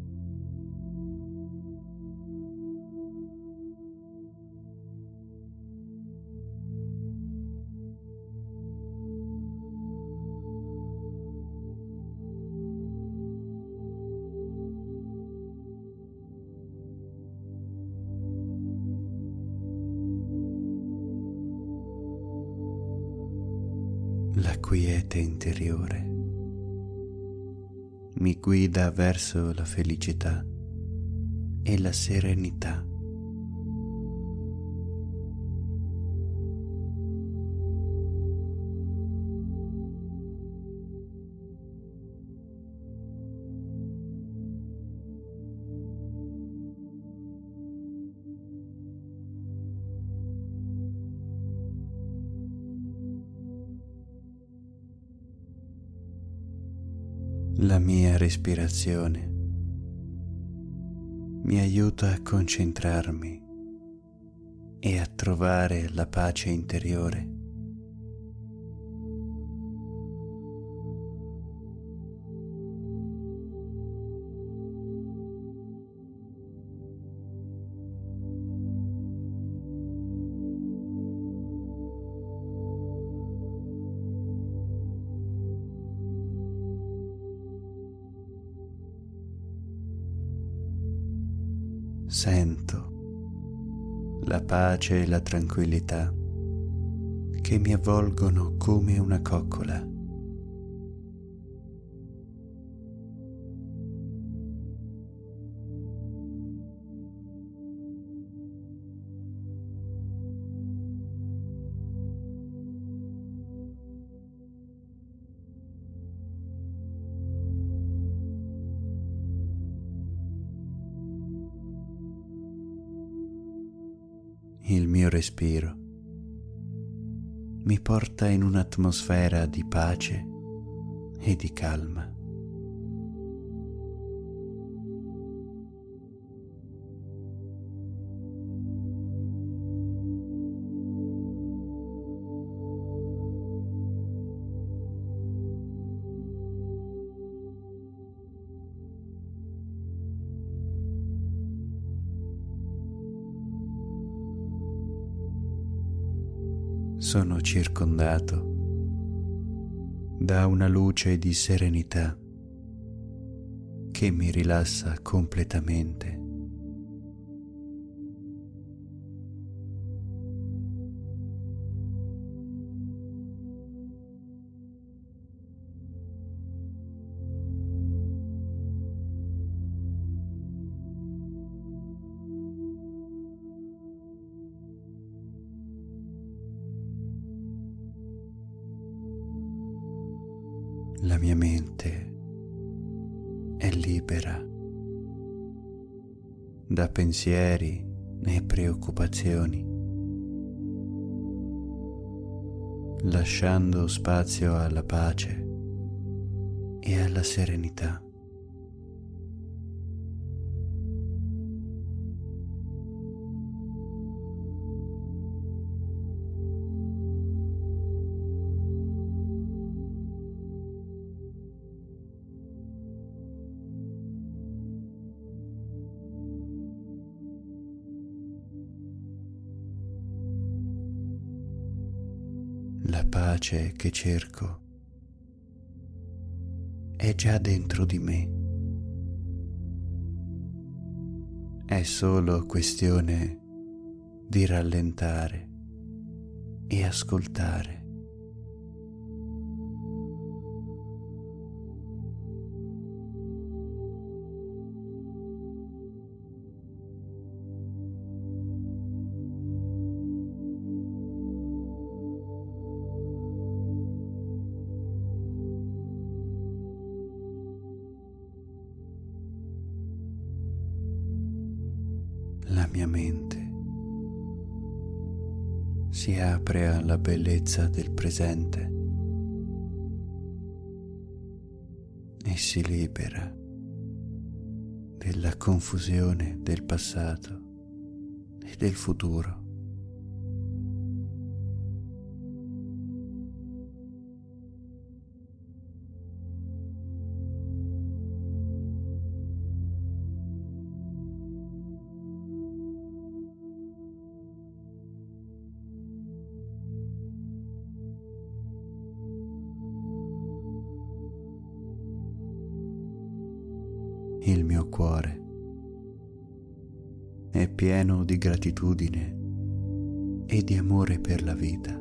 La quiete interiore mi guida verso la felicità e la serenità. La mia respirazione mi aiuta a concentrarmi e a trovare la pace interiore. Sento la pace e la tranquillità che mi avvolgono come una coccola. Il mio respiro mi porta in un'atmosfera di pace e di calma. Sono circondato da una luce di serenità che mi rilassa completamente. La mia mente è libera da pensieri e preoccupazioni, lasciando spazio alla pace e alla serenità. La pace che cerco è già dentro di me. È solo questione di rallentare e ascoltare. La mia mente si apre alla bellezza del presente e si libera della confusione del passato e del futuro. Il mio cuore è pieno di gratitudine e di amore per la vita.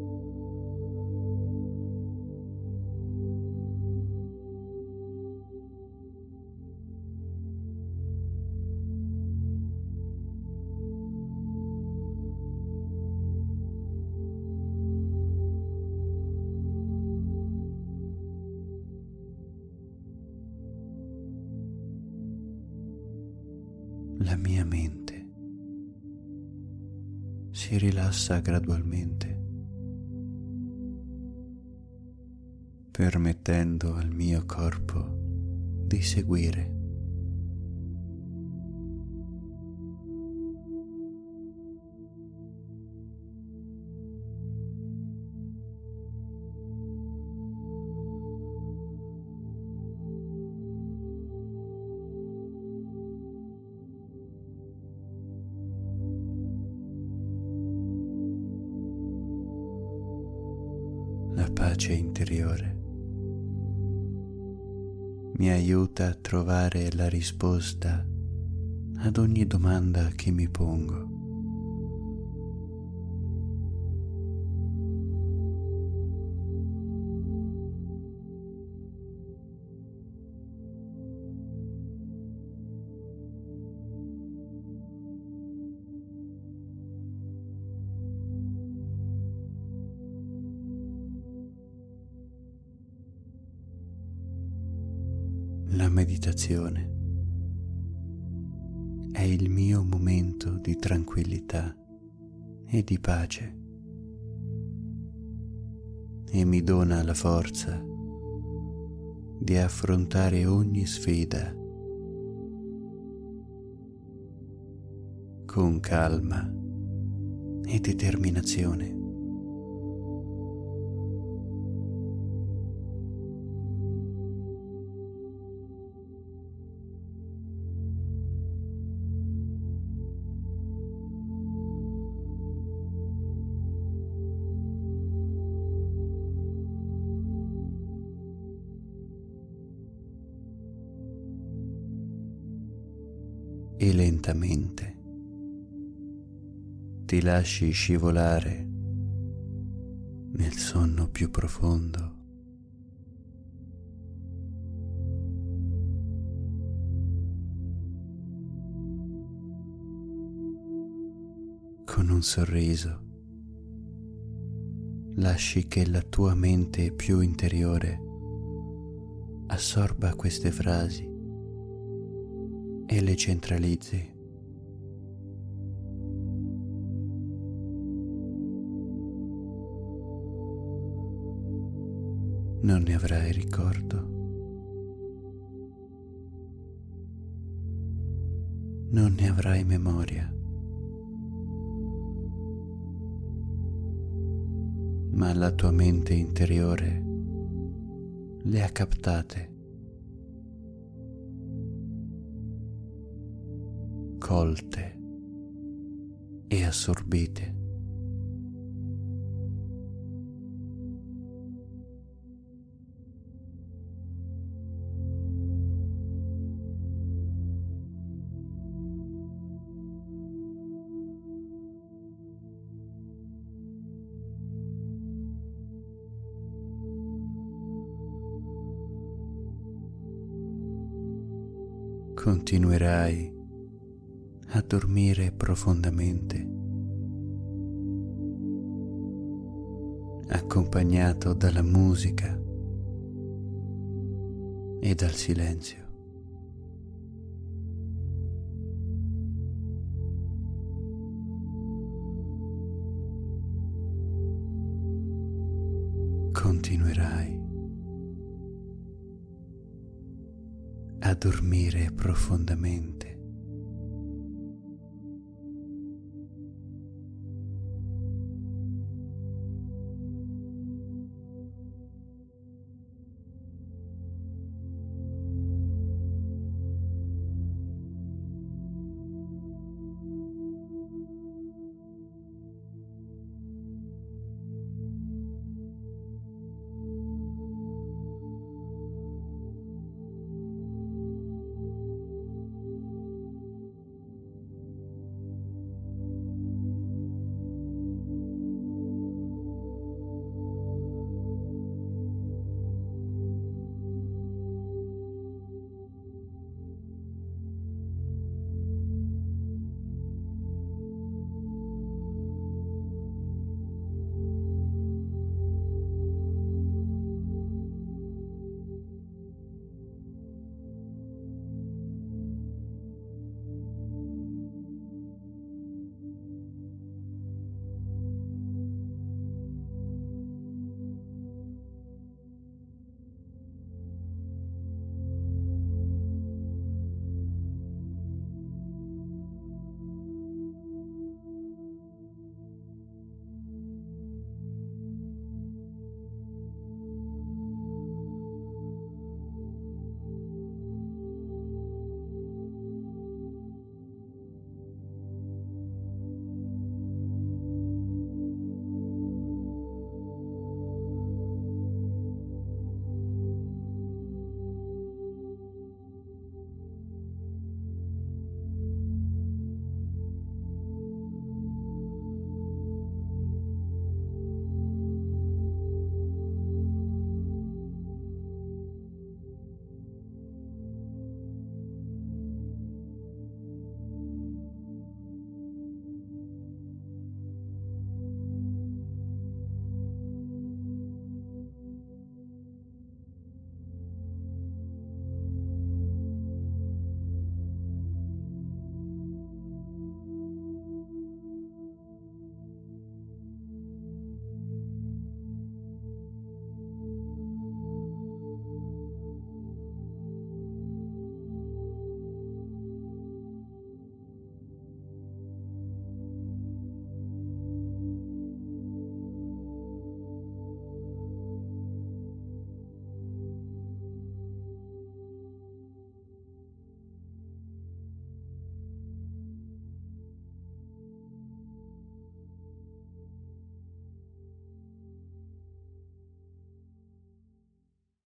La mia mente si rilassa gradualmente, permettendo al mio corpo di seguire. La pace interiore mi aiuta a trovare la risposta ad ogni domanda che mi pongo. La meditazione è il mio momento di tranquillità e di pace e mi dona la forza di affrontare ogni sfida con calma e determinazione. E lentamente ti lasci scivolare nel sonno più profondo. Con un sorriso lasci che la tua mente più interiore assorba queste frasi e le centralizzi. Non ne avrai ricordo, non ne avrai memoria, ma la tua mente interiore le ha captate, colte e assorbite. continuerai a dormire profondamente, accompagnato dalla musica e dal silenzio. Continuerai a dormire profondamente.